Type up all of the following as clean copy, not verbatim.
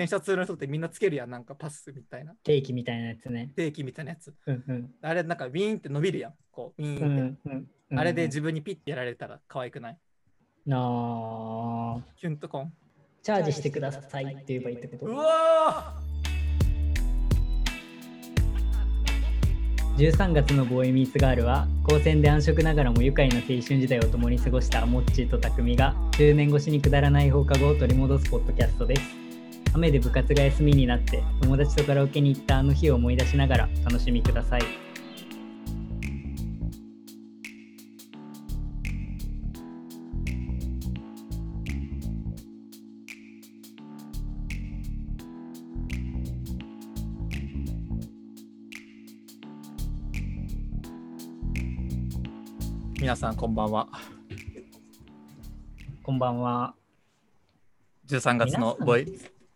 電車通の人ってみんなつけるやん、なんかパスみたいな。 定期みたいなやつね。 定期みたいなやつ。 うんうん。 あれなんかウィーンって伸びるやん。こう、ウィーンって。 うんうん。 あれで自分にピッてやられたら可愛くない？キュンとこん。 チャージしてくださいって言えばいいってこと。 うわ 13月のボーイミーツガールは高専で暗色ながらも愉快な青春時代を共に過ごしたモッチーと匠が10年越しにくだらない放課後を取り戻すポッドキャストです。雨で部活が休みになって友達とカラオケに行ったあの日を思い出しながらお楽しみください。 皆さんこんばんは。 こんばんは。 13月のボーイ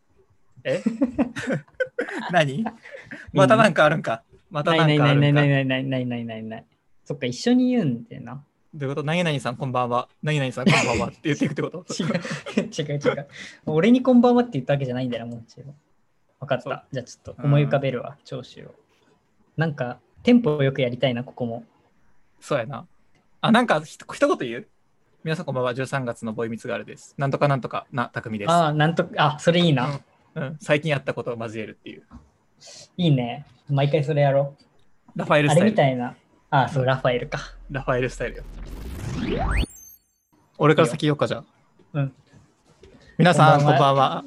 何またなんかあるんか。またなんかあるんか。 ない。そっか、一緒に言うんだよな。 どういうこと？何々さんこんばんは。何々さんこんばんはって言っていくってこと？ 違う。俺にこんばんはって言ったわけじゃないんだよな、もちろん。分かった。じゃあちょっと思い浮かべるわ、調子を。なんか、テンポよくやりたいな、ここも。 そうやな。あ、なんか一言言う？皆さんこんばんは。13月のボーイミツガールです。なんとかなんとかな匠です。 それいいな。 最近やったことを交えるっていう。 いいね。毎回それやろう。 ラファエルスタイル。 あれみたいな。そう、ラファエルか。 ラファエルスタイルよ。俺から先言おうか、じゃあ。 うん。 皆さんこんばんは。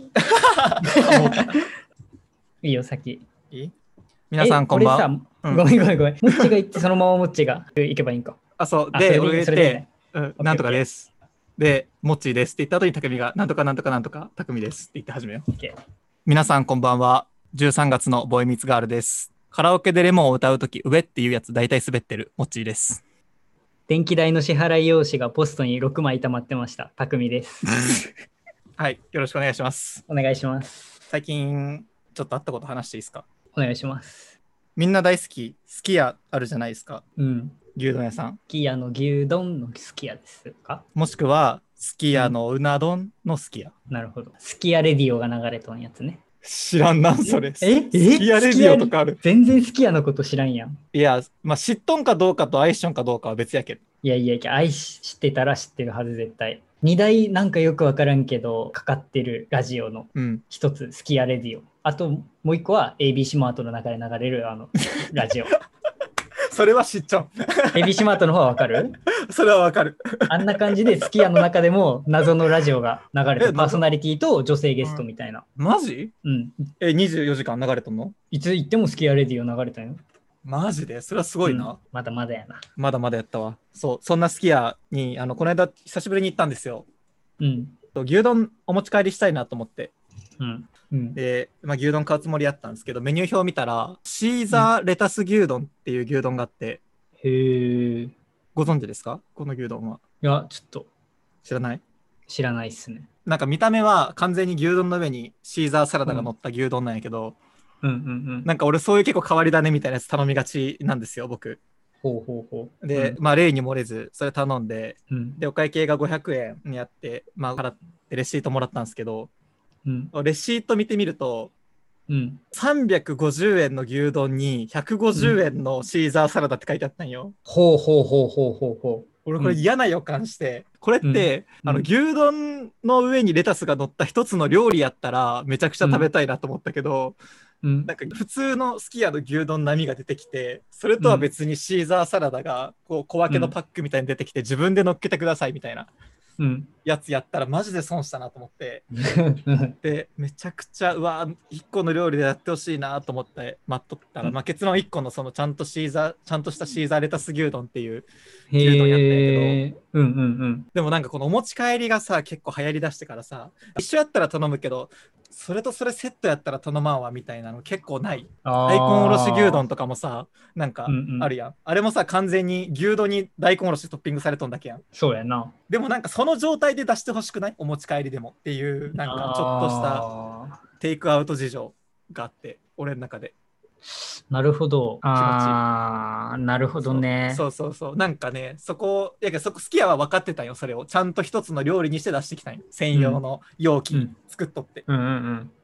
いいよ、先。 いい？皆さんこんばんは。 ごめん。モッチが言ってそのままモッチが行けばいいんか。 あ、そう。で、俺が言って、なんとかです。で、モッチーですって言った後に匠が、なんとか匠ですって言って始めよう。皆さんこんばんは。13月のボーイミツガールです。カラオケでレモンを歌うとき、上っていうやつ大体滑ってる、モッチーです。 電気代の支払い用紙がポストに6枚溜まってました、匠です。 はい、よろしくお願いします。 お願いします。 最近、ちょっとあったこと話していいですか？ お願いします。 みんな大好き、すき家あるじゃないですか。 うん。 牛丼屋さん。 すき家の牛丼のすき家ですか？ もしくは、すき家のうな丼のすき家。 なるほど。すき家レディオが流れとんやつね。 知らんな、それ。 すき家レディオとかある。 全然すき家のこと知らんやん。 いや、まあ、知っとんかどうかと愛しとんかどうかは別やけど。 いや、愛してたら知ってるはず、絶対。2台なんかよくわからんけど、かかってるラジオの一つ、すき家レディオ。あと、もう一個は ABC マートの中で流れるラジオ。 それは知っちゃう。 ABC マートの方はわかる？ それはわかる。 あんな感じですき家の中でも謎のラジオが流れて、パーソナリティと女性ゲストみたいな。 マジ？ うん。 24時間流れとんの？ いつ行ってもすき家レディオ流れたよ。 マジで？それはすごいな。 まだまだやな。 まだまだやったわ。そう、そんなすき家に、この間久しぶりに行ったんですよ。 うん。 牛丼お持ち帰りしたいなと思って。 うん。 で、牛丼買うつもりやったんですけど、メニュー表見たら、シーザーレタス牛丼っていう牛丼があって、 へえ。 ご存知ですか？この牛丼は。 いや、ちょっと。 知らない？ 知らないっすね。 なんか見た目は完全に牛丼の上にシーザーサラダが乗った牛丼なんやけど、なんか俺そういう結構変わり種みたいなやつ頼みがちなんですよ、僕。で、例に漏れずそれ頼んで、でお会計が500円にあって、払ってレシートもらったんですけど、レシート見てみると、350円の牛丼に150円のシーザーサラダって書いてあったんよ。俺これ嫌な予感して、これって、牛丼の上にレタスが乗った一つの料理やったらめちゃくちゃ食べたいなと思ったけど、なんか普通のすき家の牛丼並みが出てきて、それとは別にシーザーサラダがこう小分けのパックみたいに出てきて、自分で乗っけてくださいみたいなやつやったらマジで損したなと思ってでめちゃくちゃ1個の料理でやってほしいなと思って待っとったら、結論1個のそのちゃんとしたシーザーレタス牛丼っていう牛丼やったんやけど、でもなんかこのお持ち帰りがさ結構流行りだしてからさ、一緒やったら頼むけどそれとそれセットやったら頼まんわみたいなの結構ない。大根おろし牛丼とかもさなんかあるやん、あれもさ完全に牛丼に大根おろしトッピングされとんだけやん。 そうやな。 でもなんかその状態で出してほしくない？お持ち帰りでもっていうなんかちょっとしたテイクアウト事情があって俺の中で。 なるほど。なるほどね。 そうなんかね、そこ好きやは分かってたよ。それをちゃんと一つの料理にして出してきたんよ。専用の容器作っとって、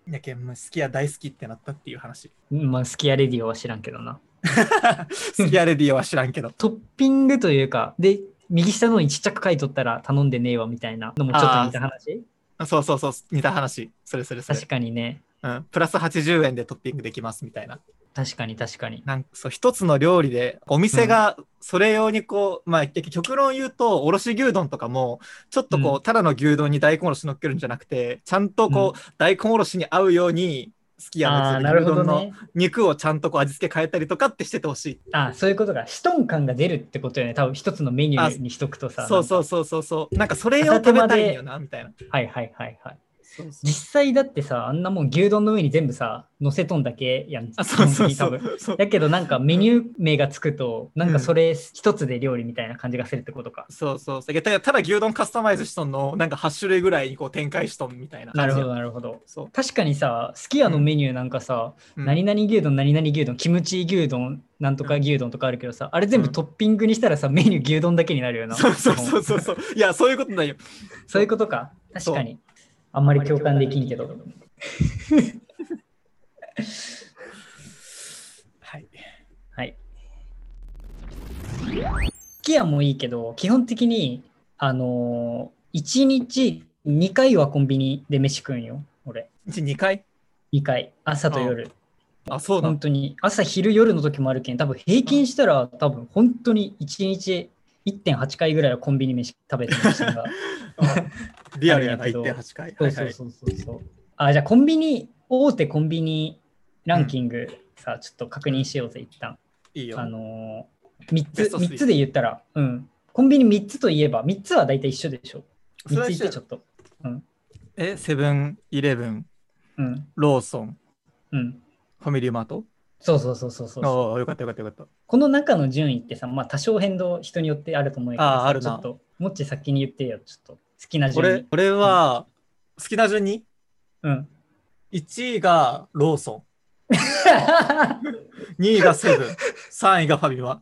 やけん、すき家大好きってなったっていう話。 まあ、すき家レディオは知らんけどな。 すき家レディオは知らんけど。 トッピングというか、で、右下のにちっちゃく書いとったら頼んでねえわみたいなのもちょっと似た話。 そうそうそう、似た話。それ。 確かにね。 うん。プラス80円でトッピングできますみたいな。 確かに。 なんかそう、一つの料理で、お店がそれ用にこう、まあ、極論言うと、おろし牛丼とかも、ちょっとこう、ただの牛丼に大根おろし乗っけるんじゃなくて、ちゃんとこう、大根おろしに合うように、すき家の牛丼の肉をちゃんとこう味付け変えたりとかってしててほしい。 そういうことが、シトン感が出るってことよね。多分一つのメニューにしとくとさ。 そう。なんかそれを食べたいんよな、みたいな。 はい。実際だってさ、あんなもん牛丼の上に全部さ、乗せとんだけやん。 そうだけどなんかメニュー名がつくと、なんかそれ一つで料理みたいな感じがするってことか。 そう。ただ牛丼カスタマイズしとんの、なんか8種類ぐらいにこう展開しとんみたいな感じ。 なるほど。確かにさ、すき家のメニューなんかさ、何々牛丼、キムチ牛丼、なんとか牛丼とかあるけどさ、あれ全部トッピングにしたらさ、メニュー牛丼だけになるよな。 そう。いや、そういうことだよ。 そういうことか。確かに。あんまり共感できんけど。 はい。 すき家もいいけど、基本的に、1日2回はコンビニで飯食うんよ、俺。 1日2回 ?2 回。朝と夜。 そうだ。 本当に。朝、昼、夜の時もあるけん、多分平均したら、多分本当に1日 1.8 回ぐらいはコンビニ飯食べてましたが。 リアルやな、1.8 回。 そう。じゃあ大手コンビニランキングさ、ちょっと確認しようぜ、一旦。 いいよ。 3つで言ったら、コンビニ3つといえば、3つは大体一緒でしょ。3つ言ってちょっと。 セブンイレブン、ローソン、ファミリーマート。 そう。 よかった。 この中の順位ってさ、まあ多少変動人によってあると思うけどさ、 あるな。 ちょっと、もっち先に言ってよ、ちょっと。好きな順に。 俺は、好きな順に1位がローソン。2位がセブン。3位がファミマ。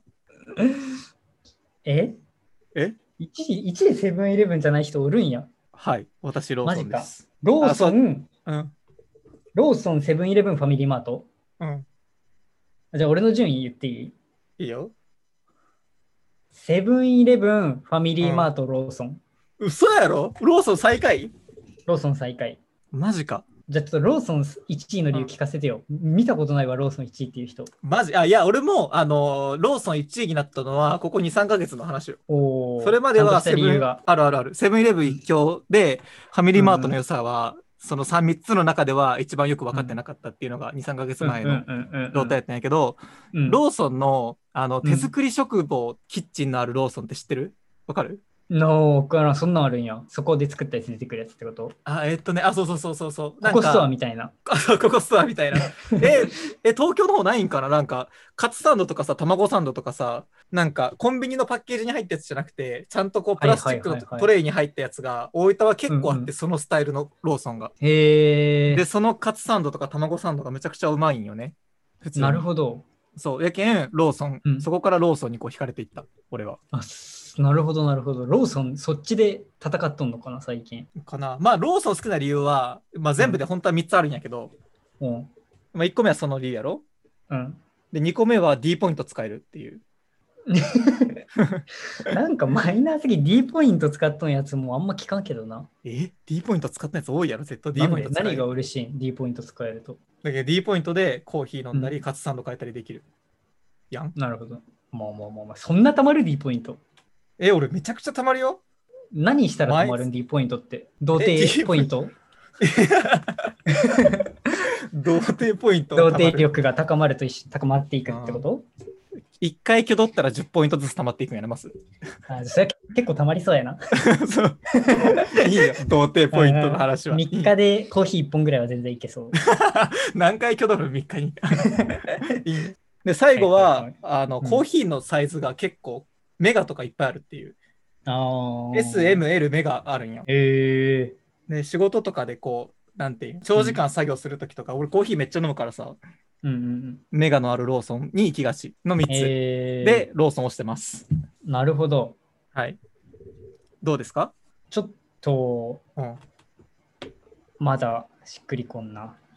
1位セブンイレブンじゃない人おるんや。 はい、私ローソンです。 ローソン、セブンイレブン、ファミリーマート。じゃあ俺の順位言っていい？ いいよ。 セブンイレブン、ファミリーマート、ローソン。 嘘やろ？ローソン最下位？ ローソン最下位。 マジか。 じゃあちょっとローソン1位の理由聞かせてよ。見たことないわ、ローソン1位っていう人。 マジ？いや、俺も、ローソン1位になったのは、ここ2、3ヶ月の話よ。それまではセブン、ある。セブンイレブン一強で、ファミリーマートの良さは、その3つの中では一番よく分かってなかったっていうのが2、3ヶ月前の状態やったんやけど、ローソンの、手作り食堂、キッチンのあるローソンって知ってる？わかる？ そんなんあるんや。そこで作ったやつ出てくるやつってこと？ そう。 ココストアみたいな。 ココストアみたいな。東京の方ないんかな？なんか、カツサンドとかさ、卵サンドとかさ、なんか、コンビニのパッケージに入ったやつじゃなくて、ちゃんとこう、プラスチックのトレイに入ったやつが、大分は結構あって、そのスタイルのローソンが。で、そのカツサンドとか卵サンドがめちゃくちゃうまいんよね。普通に。 なるほど。 そう。やけん、ローソン、そこからローソンにこう惹かれていった、俺は。 なるほど。ローソン、そっちで戦っとんのかな、最近。 かな。まあ、ローソン好きな理由は、まあ、全部で本当は3つあるんやけど、まあ、1個目はその理由やろ。で、2個目は D ポイント使えるっていう。 なんかマイナーすぎ D ポイント使っとんやつもあんま聞かんけどな。 D ポイント使ったやつ多いやろ、絶対 D ポイント使える。 何が嬉しいん ?D ポイント使えると。 だけど D ポイントでコーヒー飲んだり、カツサンド買えたりできる。やん。 なるほど。まあ、そんなたまる D ポイント。 俺めちゃくちゃたまるよ。 何したらたまるん D ポイントって。童貞ポイント？ 童貞ポイント。 童貞力が高まっていくってこと？ 一回挙取ったら10ポイントずつ溜まっていくんやな、ます。 それ結構溜まりそうやな。 そう。いいよ、童貞ポイントの話は。 3日でコーヒー1本ぐらいは全然いけそう。 何回挙取る ?3 日に。いいね。で、最後は、コーヒーのサイズが結構、メガとかいっぱいあるっていう。S、M、L メガあるんよ。で、仕事とかでこう、なんていう、長時間作業するときとか、俺コーヒーめっちゃ飲むからさ、メガのあるローソンに行きがちの3つでローソンをしてます。 なるほど。 はい。どうですか？ ちょっと、まだしっくりこんな。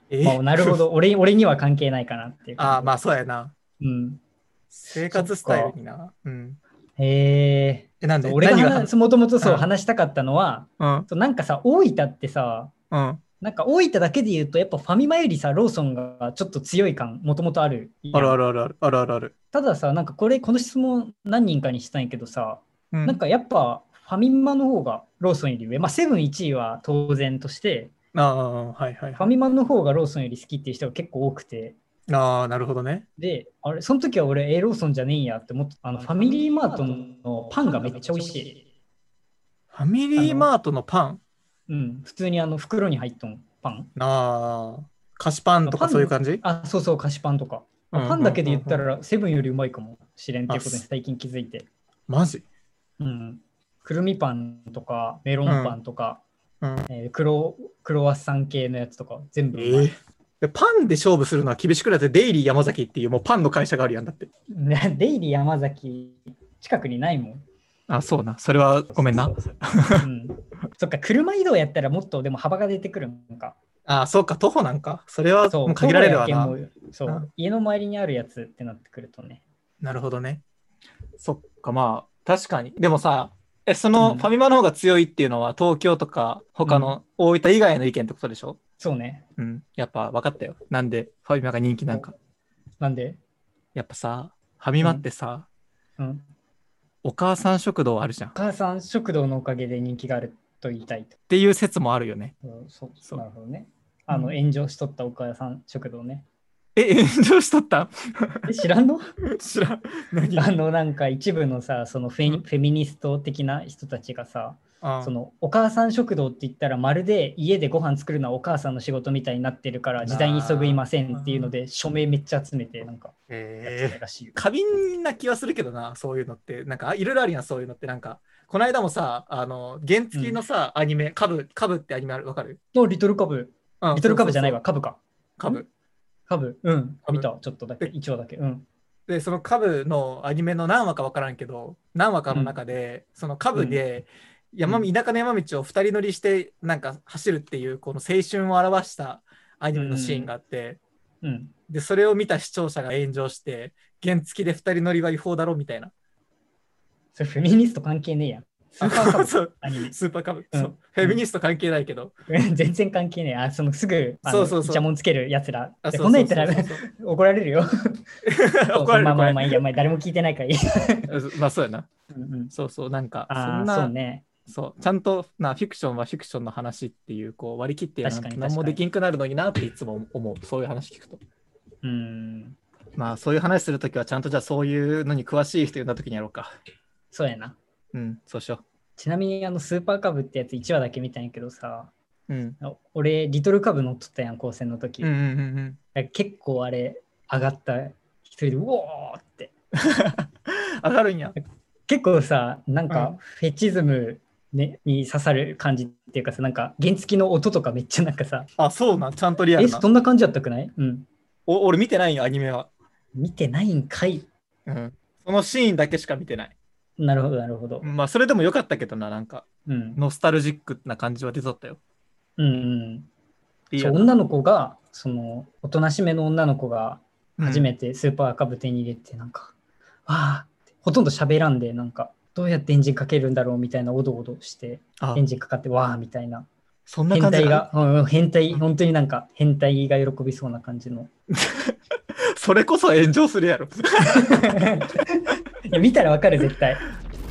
まあ、なるほど俺には関係ないかなっていうああ、まあそうやな。 うん。 生活スタイルにな。うん。 へえ。 なんで俺がもともとうん話したかったのは、なんかさ、大分ってさ、なんか大分だけで言うと、やっぱファミマよりさ、ローソンがちょっと強い感、もともとあるやん。 あるあるあるあるあるある。 たださ、なんかこの質問何人かにしたんやけどさ、なんかやっぱファミマの方がローソンより上、まあセブン1位は当然として、 ああ、はいはいファミマの方がローソンより好きっていう人が結構多くて、 ああ、なるほどね。 で、その時は俺、ローソンじゃねえんやって思って、ファミリーマートのパンがめっちゃ美味しい。 ファミリーマートのパンうん、普通に袋に入っとんパン。 ああ、菓子パンとかそういう感じそうそう、菓子パンとか。パンだけで言ったら、セブンよりうまいかもしれんっていうことに最近気づいて。 マジうん。くるみパンとか、メロンパンとか、クロワッサン系のやつとか、全部うまい。 パンで勝負するのは厳しくなって、デイリー山崎っていうもうパンの会社があるやんだって。 デイリー山崎、近くにないもん。 あ、そうな。それはごめんな。 そっか、車移動やったらもっとでも幅が出てくるのか。 あ、そうか、徒歩なんか。それはもう限られるわな。 そう、家の周りにあるやつってなってくるとね。 なるほどね。そっか、まあ、確かに。でもさ、そのファミマの方が強いっていうのは、東京とか他の大分以外の意見ってことでしょ？ そうね。 やっぱ分かったよ。なんでファミマが人気なんか。 なんで？ やっぱさ、ファミマってさ、お母さん食堂あるじゃん。 お母さん食堂のおかげで人気があると言いたいと。 っていう説もあるよね。 そう。なるほどね。炎上しとったお母さん食堂ね。 炎上しとった？ 知らんの？ 知らん。 なんか一部のさ、そのフェミニスト的な人たちがさ、そのお母さん食堂って言ったらまるで家でご飯作るのはお母さんの仕事みたいになってるから時代に急ぐいませんっていうので署名めっちゃ集めてなんか過敏な気はするけどな、そういうのってなんかいろいろあるやん。そういうのってなんかこの間もさ、原付のさ、アニメカブってアニメある？わかる？ リトルカブ。リトルカブじゃないわ、カブか。 カブ見た、ちょっとだけ、1話だけ。 で、そのカブのアニメの何話か分からんけど、何話かの中で、そのカブで、田舎の山道を2人乗りしてなんか走るっていうこの青春を表したアニメのシーンがあって、でそれを見た視聴者が炎上して原付で2人乗りは違法だろみたいな。 それフェミニスト関係ねえやん。スーパーカブアニメ。 スーパーカブ、フェミニスト関係ないけど全然関係ねえ。すぐイチャモンつけるやつら。 こんなん言ったら怒られるよ。まあいいや、誰も聞いてないからいい。 まあそうやな。そうなんかそんなそうね。 そうちゃんとフィクションはフィクションの話っていうこう割り切って何もできんくなるのになっていつも思う。そういう話聞くと。まあそういう話するときはちゃんとじゃあそういうのに詳しい人呼んだときにやろうか。 そうやな。 そうしよう。 ちなみにスーパーカブってやつ1話だけ見たんやけどさ、俺リトルカブ乗っとったやん、高専の時。結構あれ上がった。一人でうおーって上がるんや。 結構さ、なんかフェチズム、ね、に刺さる感じっていうかさ、なんか原付の音とかめっちゃなんかさ、 そうなん、ちゃんとリアルな。 そんな感じだったくない？ 俺見てないよ、アニメは。 見てないんかい。 そのシーンだけしか見てない。 なるほど。 まあそれでもよかったけどな、なんか、ノスタルジックな感じは出とったよ。 そう、女の子が、そのおとなしめの女の子が初めてスーパーカブ手に入れて、なんか、ほとんど喋らんで、なんかどうやってエンジンかけるんだろうみたいなおどおどしてエンジンかかってわーみたいな。 そんな感じ変態本当になんか変態が喜びそうな感じの。 それこそ炎上するやろ。 いや見たらわかる絶対。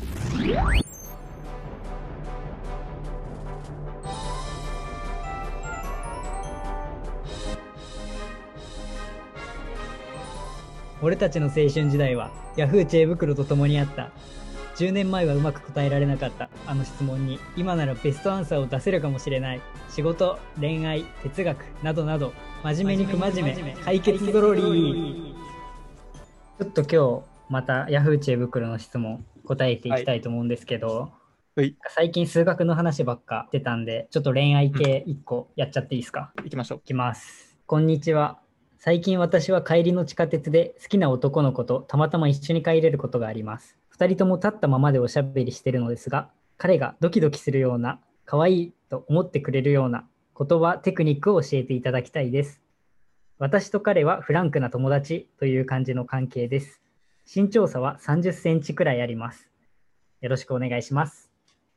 俺たちの青春時代はヤフー知恵袋と共にあった。10年前はうまく答えられなかったあの質問に今ならベストアンサーを出せるかもしれない。仕事、恋愛、哲学などなど真面目に不真面目解決ドロリー。ちょっと今日またヤフー知恵袋の質問答えていきたいと思うんですけど、最近数学の話ばっかしてたんでちょっと恋愛系1個やっちゃっていいですか？ いきましょう。 いきます。こんにちは。最近私は帰りの地下鉄で好きな男の子とたまたま一緒に帰れることがあります。2人とも立ったままでおしゃべりしてるのですが、彼がドキドキするような、可愛いと思ってくれるような言葉、テクニックを教えていただきたいです。 私と彼はフランクな友達という感じの関係です。身長差は30センチくらいあります。よろしくお願いします。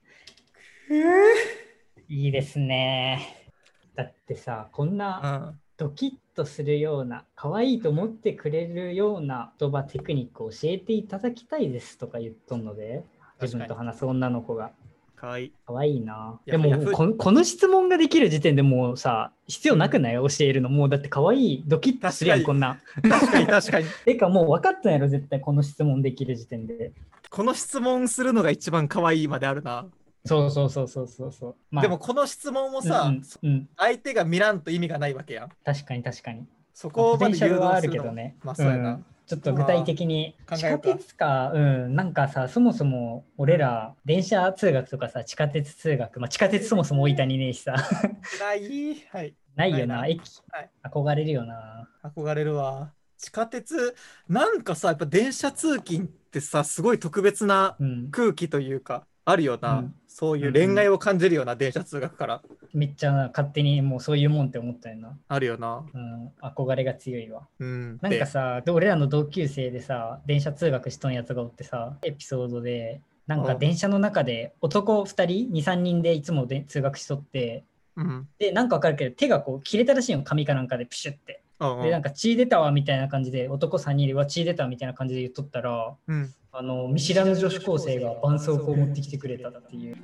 いいですね。だってさ、こんなドキッとするような、可愛いと思ってくれるような言葉、テクニックを教えていただきたいですとか言っとんので、自分と話す女の子が。 かわいい。 かわいいな。でもこの質問ができる時点でもうさ、必要なくない？教えるの。もうだってかわいい、ドキッとするやん、こんな。 確かに確かに。 てかもう分かったんやろ、絶対この質問できる時点で。 この質問するのが一番かわいいまであるな。 そうそう。 まあ、でもこの質問もさ、相手が見らんと意味がないわけやん。 確かに。 そこまで誘導はあするのるけどね。 まあそうやな。 ちょっと具体的に地下鉄か、なんかさ、そもそも俺ら電車通学とかさ、地下鉄通学、まあ地下鉄そもそも大分にねえしさ。 ない、はい。 ないよな、駅、憧れるよな。 憧れるわ。地下鉄、なんかさ、やっぱ電車通勤ってさ、すごい特別な空気というか、あるよな。そういう恋愛を感じるような電車通学から。 めっちゃ勝手にもうそういうもんって思ったよな。 あるよな。 憧れが強いわ。 なんかさ、俺らの同級生でさ、電車通学しとんやつがおってさ、エピソードで、なんか電車の中で男2人、2、3人でいつも通学しとって、で、なんかわかるけど、手がこう切れたらしいの、紙かなんかでプシュって。で、なんか血出たわみたいな感じで、男3人では血出たみたいな感じで言っとったら、見知らぬ女子高生が絆創膏を持ってきてくれたっていう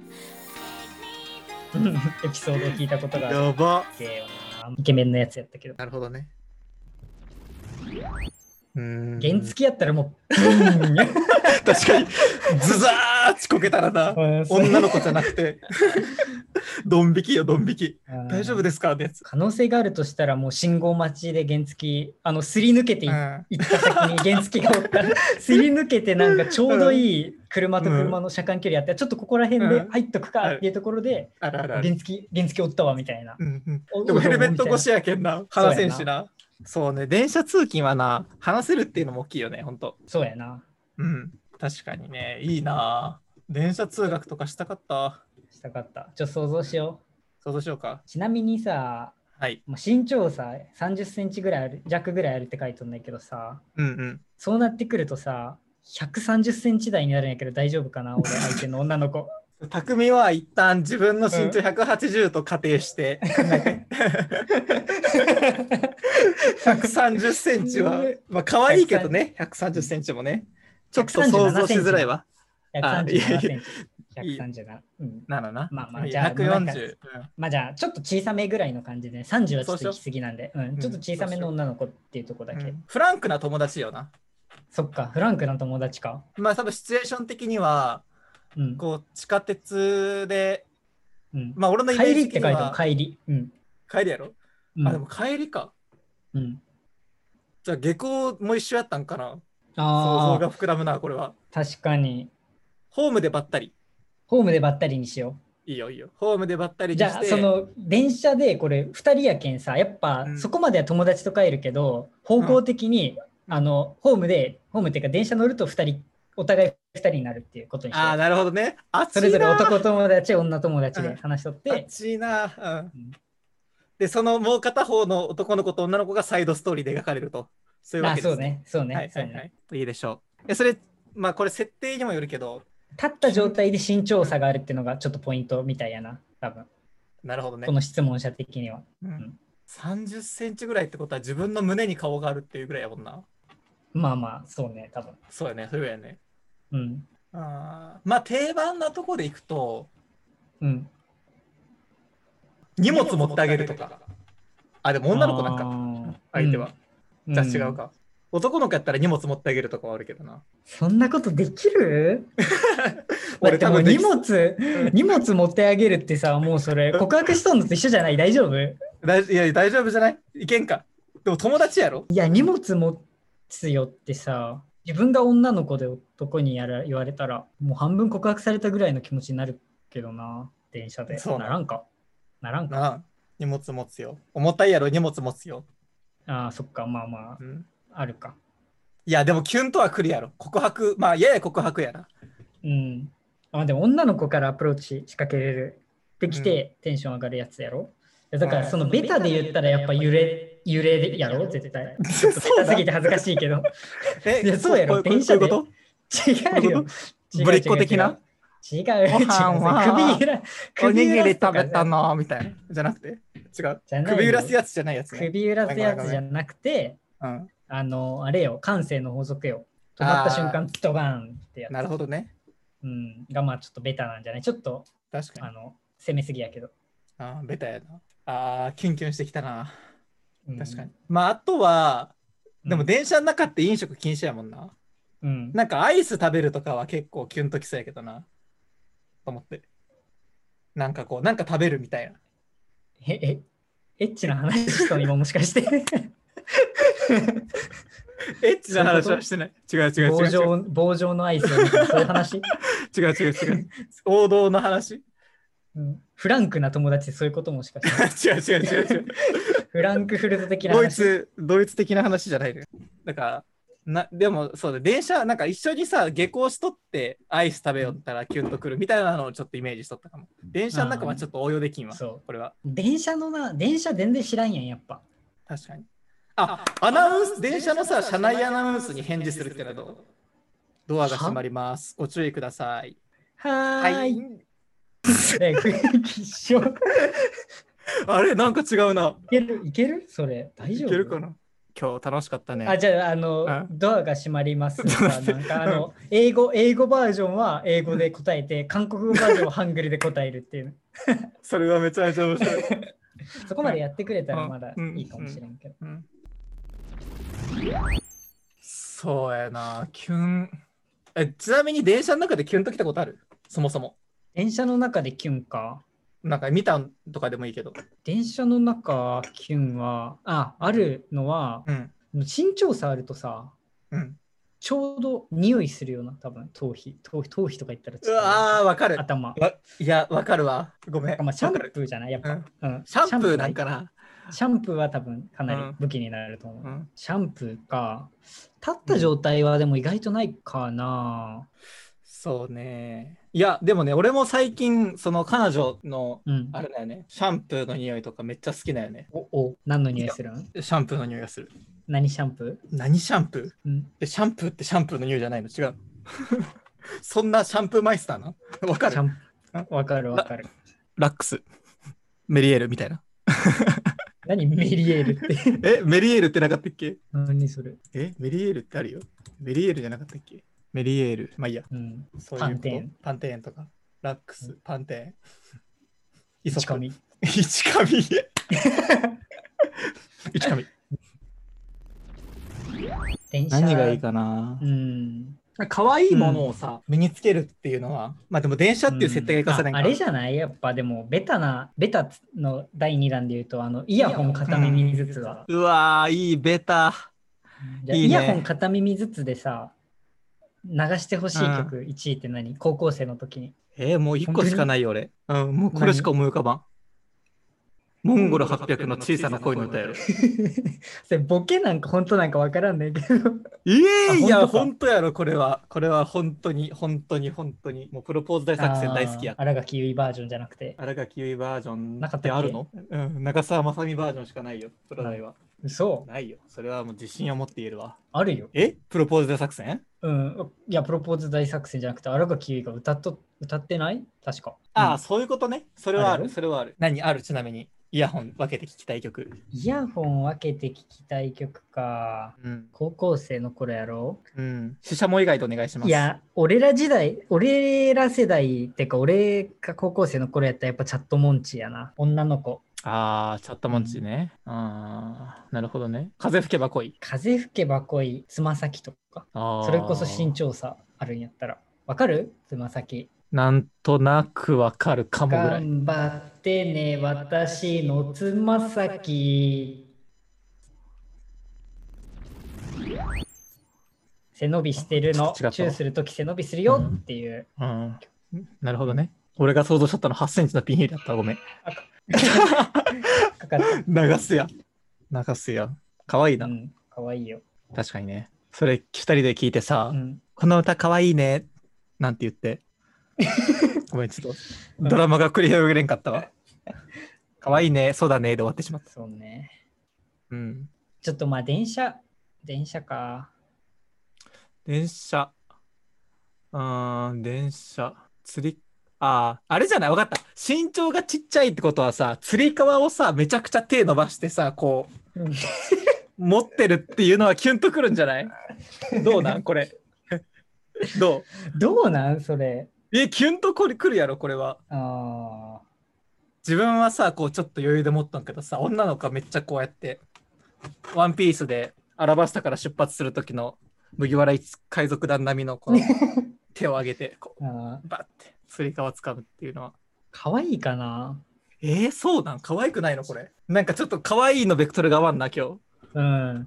エピソードを聞いたことがある。 やば。 イケメンのやつやったけど。 なるほどね。 原付やったらもう確かにズザーちこけたらな女の子じゃなくてドン引きよドン引き大丈夫ですかってやつ。 可能性があるとしたらもう信号待ちで原付すり抜けていった先に原付がおったらすり抜けてなんかちょうどいい車と車の車間距離あってちょっとここら辺で入っとくかっていうところで原付おったわみたいな。 でもヘルメット越しやけんな話せんしな。そうね、電車通勤はな、話せるっていうのも大きいよね、ほんと。 そうやな。 確かにね、いいな。電車通学とかしたかった。 ちょっと想像しよう。想像しようか。 ちなみにさ、身長さ、30センチぐらいある、弱ぐらいあるって書いてるんだけどさ、そうなってくるとさ、130センチ台になるんやけど大丈夫かな、俺相手の女の子。 匠は一旦自分の身長180と仮定して130センチはまあ可愛いけどね130センチもねちょっと想像しづらいわ。 137センチ。137。 なのな。 まあじゃあ140。まあじゃあちょっと小さめぐらいの感じで、30はちょっと行き過ぎなんで、ちょっと小さめの女の子っていうとこだけ。 フランクな友達よな。 そっか、フランクな友達か。 まあ多分シチュエーション的にはこう地下鉄で、まあ俺のイメージ的には帰りやろ、あでも帰りか、じゃあ下校も一緒やったんかな。想像が膨らむなこれは。 確かに。 ホームでばったりにしよう。いいよホームでばったりにして。 じゃあその電車でこれ2人やけんさ、やっぱそこまでは友達と帰るけど、方向的にホームっていうか電車乗ると2人お互い2人になるっていうことにしよう。 なるほどね。 それぞれ男友達、女友達で話しとって。 熱いな。で、そのもう片方の男の子と女の子がサイドストーリーで描かれると。そういうわけですね。 そうね。 いいでしょう。それ、まあこれ設定にもよるけど。 立った状態で身長差があるっていうのがちょっとポイントみたいやな、多分。 なるほどね。 この質問者的には。 30センチぐらいってことは自分の胸に顔があるっていうぐらいやもんな。 まあ、そうね、多分。 そうやね、そうやね。まあ定番なとこでいくと、荷物持ってあげるとか。でも女の子なんか相手は。じゃあ違うか。男の子やったら荷物持ってあげるとかはあるけどな。そんなことできる？俺多分荷物持ってあげるってさ、もうそれ告白しとんのと一緒じゃない？大丈夫？いや大丈夫じゃない？いけんか。でも友達やろ？ いや荷物持つよってさ、自分が女の子で男に言われたらもう半分告白されたぐらいの気持ちになるけどな、電車で。ならんか。 荷物持つよ。重たいやろ、荷物持つよ。 そっか、まあ、あるか。 いやでもキュンとは来るやろ。告白、まあやや告白やな。 でも女の子からアプローチ仕掛けれるってきて、テンション上がるやつやろ。だからそのベタで言ったらやっぱ揺れ揺れやろ絶対。ちょっと下手すぎて恥ずかしいけど。いやそうやろ、電車で。 こ違うよ。 ぶりっ子的な違う。 ご飯はおにぎり食べたののみたいな。じゃなくて違う。 じゃないよ首揺らすやつじゃないやつね。 首揺らすやつじゃなくて、 うんあれよ、慣性の法則よ。止まった瞬間、ドバーンってやつ。 なるほどね。 うん。がまあちょっとベタなんじゃないちょっと、 確かに。 攻めすぎやけど。 ベタやな。キュンキュンしてきたな。 うん確かに。まあ、あとは、でも電車の中って飲食禁止やもんな。 うん。 なんかアイス食べるとかは結構キュンときそうやけどな。と思って。なんかこう、なんか食べるみたいな。 エッチな話したの今もしかして。 エッチな話はしてない。違う。 棒状のアイスみたいなそういう話違う。王道の話。 フランクな友達そういうこともしかして。 違う。 フランクフルト的な話。 ドイツ的な話じゃないのよ。だからでもそうだ、電車なんか一緒にさ、下校しとってアイス食べよったらキュンとくるみたいなのをちょっとイメージしとったかも。電車の中はちょっと応用できんわ。そう、これは。 電車全然知らんやん、やっぱ。 確かに。アナウンス、電車のさ、車内アナウンスに返事するってのはどう？ドアが閉まります。ご注意ください。 はーい。一緒。 あれなんか違うな。 いけるそれ大丈夫？ いけるかな。今日楽しかったね。 じゃあドアが閉まりますとかなんか英語バージョンは英語で答えて韓国語バージョンはハングルで答えるっていう。 それはめちゃめちゃ面白い。 そこまでやってくれたらまだいいかもしれんけど。 そうやな、キュン。ちなみに電車の中でキュンときたことある？そもそも。 電車の中でキュンか。 なんか見たとかでもいいけど。 電車の中キュンは、あるのは、身長差あるとさ、ちょうど匂いするような、多分頭皮とか言ったらちょっと。わかる。 頭。 いや、わかるわ。ごめん。 シャンプーじゃないやっぱ。 シャンプーなんかな。 シャンプーは多分かなり武器になると思う。シャンプーか。立った状態はでも意外とないかな。 そうね。いや、でもね、俺も最近、その彼女の、あれだよね、シャンプーの匂いとかめっちゃ好きだよね。 何の匂いするん？ シャンプーの匂いがする。 何シャンプー？ 何シャンプー？シャンプーってシャンプーの匂いじゃないの？違う。そんなシャンプーマイスターな？わかる？ わかる。 ラックス、メリエールみたいな。 何メリエールって？ メリエールってなかったっけ？ 何それ？ メリエールってあるよ。メリエールじゃなかったっけ？メリエール。まあいいや。 そういうパンテーンとか。ラックス、パンテーン。 一紙。 何がいいかな？可愛いものをさ、身につけるっていうのは、まあでも電車っていう設定が生かさないから。 あれじゃない？やっぱでもベタの第2弾で言うと、イヤホン片耳ずつは。 うわー、いい、ベタ。 イヤホン片耳ずつでさ、流してほしい曲1位って何？高校生の時に。 もう1個しかないよ俺。もうこれしか思い浮かばん。モンゴル800の小さな恋の歌やろ。 それボケなんか本当なんかわからんねんけど。 いや本当やろ。これは本当にもうプロポーズ大作戦大好きや。 新垣結衣バージョンじゃなくて。 新垣結衣バージョンなかったっけ？ あるの？長澤まさみバージョンしかないよ。プロ大は。 嘘？ ないよ。それはもう自信を持って言えるわ。 あるよ。 プロポーズ大作戦？ いや、プロポーズ大作戦じゃなくて、新垣結衣が歌ってない？確か。 そういうことね。それはある。何ある？ちなみに。イヤホン分けて聞きたい曲。 イヤホン分けて聞きたい曲か。高校生の頃やろ？ シシャモ以外でお願いします。 いや、俺ら世代ってか、俺が高校生の頃やったらやっぱチャットモンチやな。女の子。 チャットモンチね。なるほどね。風吹けば恋。 風吹けば恋、つま先とか。それこそ身長差あるんやったら。わかる？つま先。 なんとなくわかるかもぐらい。 頑張ってね、私のつま先。背伸びしてるの。チューするとき背伸びするよっていう。 なるほどね。俺が想像しとったの8センチのピンヒールだった。ごめん。流すや。かわいいな。 かわいいよ。 確かにね。それ2人で聞いてさ、この歌かわいいね。なんて言って。ごめん、ちょっとドラマが繰り広げれんかったわ。かわいいね、そうだねで終わってしまった。 そうね。 うん。 ちょっとまあ電車か。 電車。電車。あれじゃない、わかった。身長がちっちゃいってことはさ、つり革をさ、めちゃくちゃ手伸ばしてさ、こう、 うん持ってるっていうのはキュンとくるんじゃない？どうなんこれ。どどうなんそれ。 キュンとくるやろ、これは。 あ自分はさ、こう、ちょっと余裕で持ったんけどさ、女の子はめっちゃこうやって、ワンピースでアラバスタから出発する時の麦わら海賊団並みのこの手を上げて、こう、バッて、つり革掴むっていうのは。 可愛いかな。 そうなん？可愛くないのこれ。なんかちょっと可愛いのベクトルが合わんな、今日。 うん。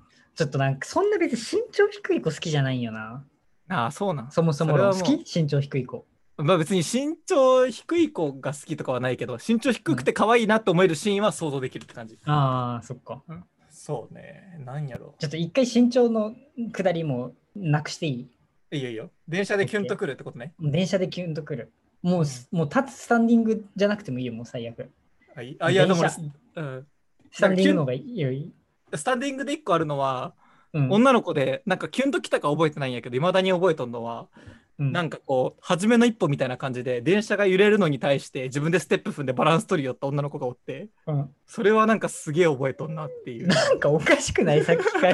ちょっとなんか、そんな別に身長低い子好きじゃないよな。 ああ、そうなん。 そもそもそれはもう好き身長低い子。 まあ別に身長低い子が好きとかはないけど、身長低くて可愛いなと思えるシーンは想像できるって感じ。 ああ、そっか。 そうね。なんやろ。 ちょっと一回身長の下りもなくしていい？ いいよいいよ。電車でキュンとくるってことね。 電車でキュンとくる。もう立つスタンディングじゃなくてもいいよ、もう最悪。 いや、でもスタンディングの方がいいよ。 スタンディングで1個あるのは、 うん、 女の子で、なんかキュンときたか覚えてないんやけど、いまだに覚えとんのは、なんかこう、初めの一歩みたいな感じで、電車が揺れるのに対して自分でステップ踏んでバランス取りよった女の子がおって、それはなんかすげえ覚えとんなっていう。 なんかおかしくない？さっきから。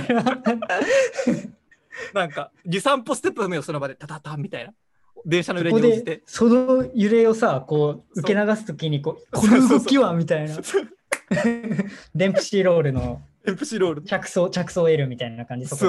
なんか、2、3歩ステップ踏むよ、その場で、タタタンみたいな。電車の揺れに応じて。 その揺れをさ、こう、受け流すときにこの動きはみたいな。デンプシーロールの。 デンプシーロール。 着想得るみたいな感じ。 そう。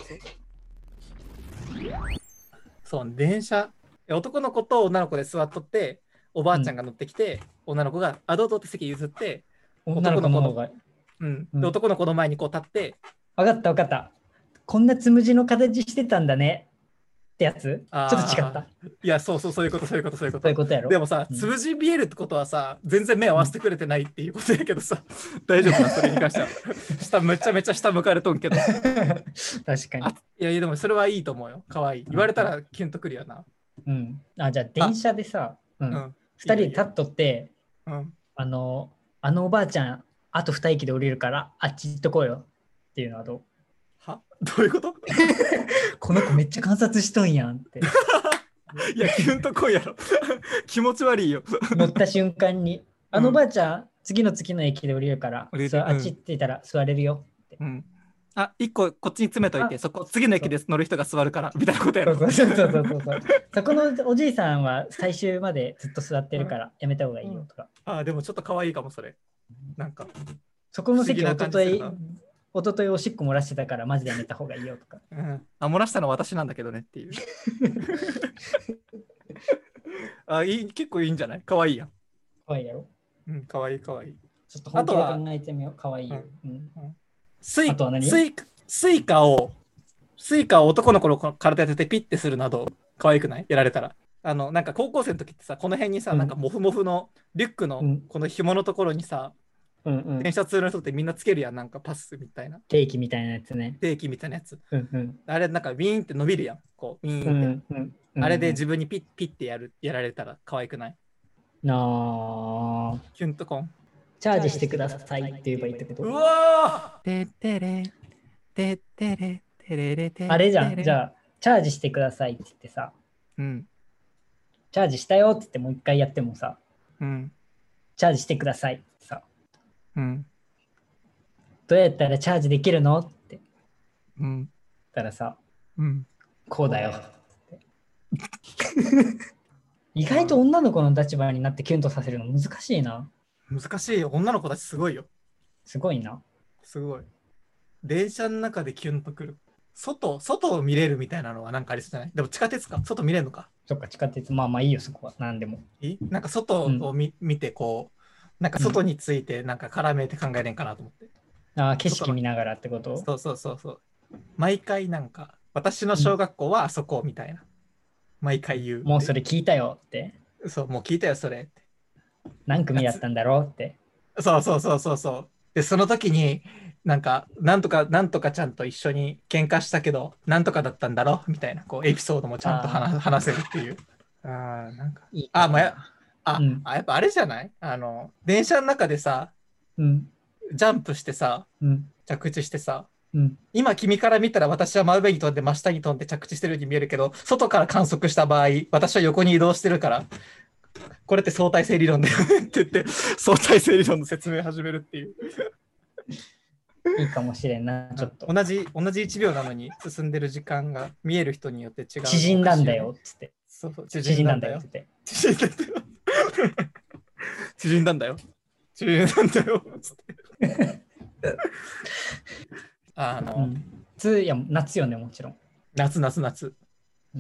そう、電車。男の子と女の子で座っとって、おばあちゃんが乗ってきて、女の子が、どうぞって席譲って、 男の子の方が。 男の子の前にこう立って。 分かった。こんなつむじの形してたんだね。ってやつ？ちょっと違った。 いや、そういうことやろ。 でもさ、つむじ見えるってことはさ、全然目合わせてくれてないっていうことやけどさ、大丈夫かそれに関しては。めちゃめちゃ下向かれとんけど。確かに。 いや、でもそれはいいと思うよ。かわいい。言われたらキュンとくるよな。 じゃあ電車でさ、2人で立っとって、あのおばあちゃん、あと2駅で降りるから、あっち行っとこうよっていうのはどう？ どういうこと？ この子めっちゃ観察しとんやんって。 いや、キュンとこいやろ。気持ち悪いよ。 乗った瞬間に、おばあちゃん、次の駅で降りるから、あっち行ってたら座れるよって。 一個こっちに詰めといて、そこ次の駅で乗る人が座るからみたいなことやろ。 そう。そこのおじいさんは最終までずっと座ってるからやめた方がいいよとか。 でもちょっと可愛いかもそれ。なんか。 そこの席おとといおしっこ漏らしてたからマジでやめた方がいいよとか。 漏らしたのは私なんだけどねっていう。結構いいんじゃない？可愛いやん。 可愛いやろ。 可愛い。ちょっと本気で考えてみよう。可愛いよ。 スイカを男の子の体当ててピッてするなど可愛くない？やられたら。なんか高校生の時ってさ、この辺にさ、なんかモフモフのリュックのこの紐のところにさ、電車通の人ってみんなつけるやん、なんかパスみたいな。 定期みたいなやつね。 あれなんかウィーンって伸びるやん。こうウィーンって。あれで自分にピッてやられたら可愛くない？キュンとこん。 チャージしてくださいって言えばいいってこと？ うわーあれじゃん。じゃあ、チャージしてくださいって言ってさ、チャージしたよって言ってもう一回やってもさ、チャージしてくださいってさ、どうやったらチャージできるのって言ったらさ、こうだよって。意外と女の子の立場になってキュンとさせるの難しいな。 難しいよ。女の子たちすごいよ。 すごいな。 すごい。電車の中でキュンとくる。外を見れるみたいなのはなんかありそうじゃない？でも地下鉄か。外見れるのか。 そっか、地下鉄。まあいいよ、そこは。なんでも。 なんか外を見て、こう、なんか外についてなんか絡めて考えれんかなと思って。 景色見ながらってこと？ そう。毎回なんか、私の小学校はあそこみたいな。毎回言う。 もうそれ聞いたよって。 そう、もう聞いたよ、それって。 何組だったんだろうって。 そう。で、その時に、なんか、なんとかちゃんと一緒に喧嘩したけど、なんとかだったんだろみたいな、こう、エピソードもちゃんと話せるっていう。なんか。やっぱあれじゃない？電車の中でさ、 ジャンプしてさ、 うん、 着地してさ、 うん、 今君から見たら私は真上に飛んで真下に飛んで着地してるように見えるけど、外から観測した場合、私は横に移動してるから、これって相対性理論だよねって言って、相対性理論の説明を始めるっていう。 いいかもしれんな、ちょっと。 同じ1秒なのに進んでる時間が見える人によって違う。 縮んだんだよっつって。 そうそう、 縮んだんだよっつって。 縮んだんだよ。縮んだんだよ。縮んだんだよっつって。 いや夏よね、もちろん。 夏。 うん。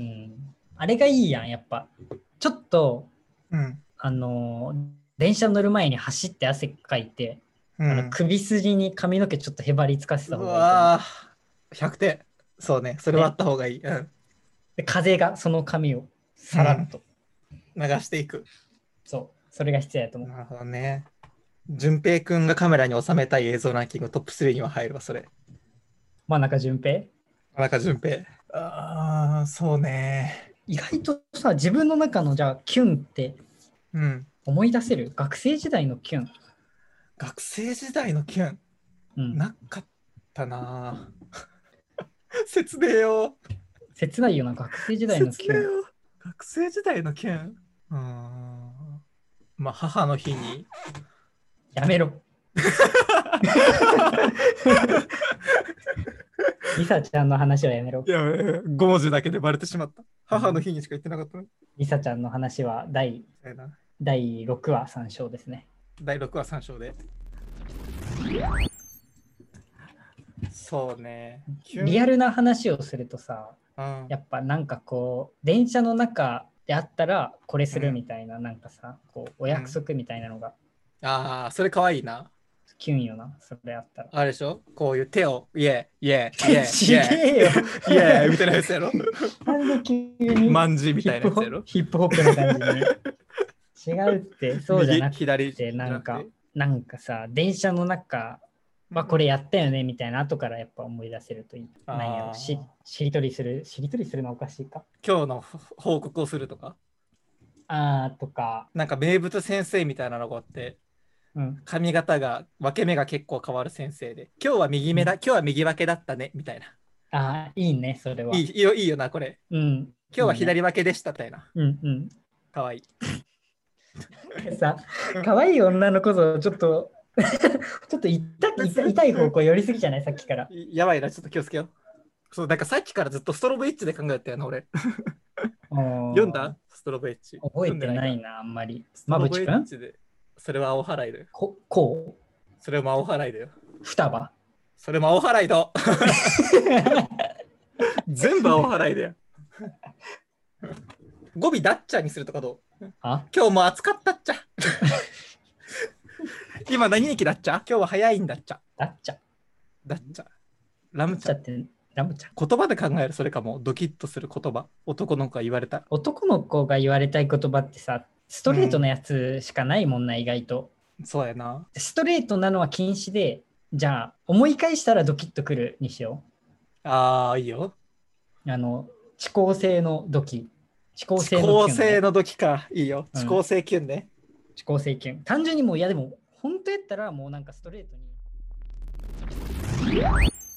あれがいいやん、やっぱ。ちょっと、 うん、 電車乗る前に走って汗かいて、首筋に髪の毛ちょっとへばりつかせた方がいい。うわ 100点。そうね、それはあった方がいい。 で風がその髪をさらっと、 流していく。 そう、それが必要だと思う。 なるほどね。淳平くんがカメラに収めたい映像ランキングトップ3には入るわ、それ。 真中淳平。 そうね。 意外とさ、自分の中のじゃあキュンって思い出せる？学生時代のキュン。 学生時代のキュン、なかったな。切ねえよ。 切ないよな、学生時代のキュン。 学生時代のキュン。まあ、母の日に。 やめろ。リサちゃんの話はやめろ。 いや、5文字だけでバレてしまった。母の日にしか言ってなかった。 リサちゃんの話は第6話参照ですね。 第6話参照で。そうね。 リアルな話をするとさ、やっぱなんかこう電車の中であったらこれするみたいな、なんかさ、こうお約束みたいなのが、 それかわいいな。 キュンよな、それあったら。 あれでしょ、こういう手をイエーイエーイエーイちげえよイエーイみたいなやつやろ。 なんで急にマンジみたいなやつやろ。 ヒップホップの感じに。違うって、そうじゃなくて、なんかさ、電車の中はこれやったよねみたいな、後からやっぱ思い出せるといい。なんやろ、しりとりするのはおかしいか。 今日の報告をするとか。 とか。 なんか名物先生みたいなのがあって、髪型が分け目が結構変わる先生で、今日は右目だ、今日は右分けだったねみたいな。 いいね、それは。 いいよな、これ。今日は左分けでしたみたいな。かわいい。 さ、かわいい女の子とちょっと痛い方向寄りすぎじゃない、さっきから。 やばいな、ちょっと気をつけよう。そう、なんかさっきからずっとストロボエッジで考えたよな、俺。読んだストロボエッジ。 覚えてないな、あんまり。まぶちくん？ それは青払いだよ。 こう？ それも青払いだよ。 双葉？ それも青払いだ。全部青払いだよ。語尾だっちゃにするとかどう？今日も暑かったっちゃ。今何駅だっちゃ？今日は早いんだっちゃ。 だっちゃ。 ラムちゃん。言葉で考える、それかもドキッとする言葉。男の子が言われた。 男の子が言われたい言葉ってさ、ストレートなやつしかないもんな、意外と。 そうやな。 ストレートなのは禁止で、じゃあ思い返したらドキッとくるにしよう。いいよ。 遅効性のドキ。遅効性のドキか。いいよ。遅効性キュンね。 遅効性キュン。単純にもう、いやでも本当やったらもうなんかストレートに。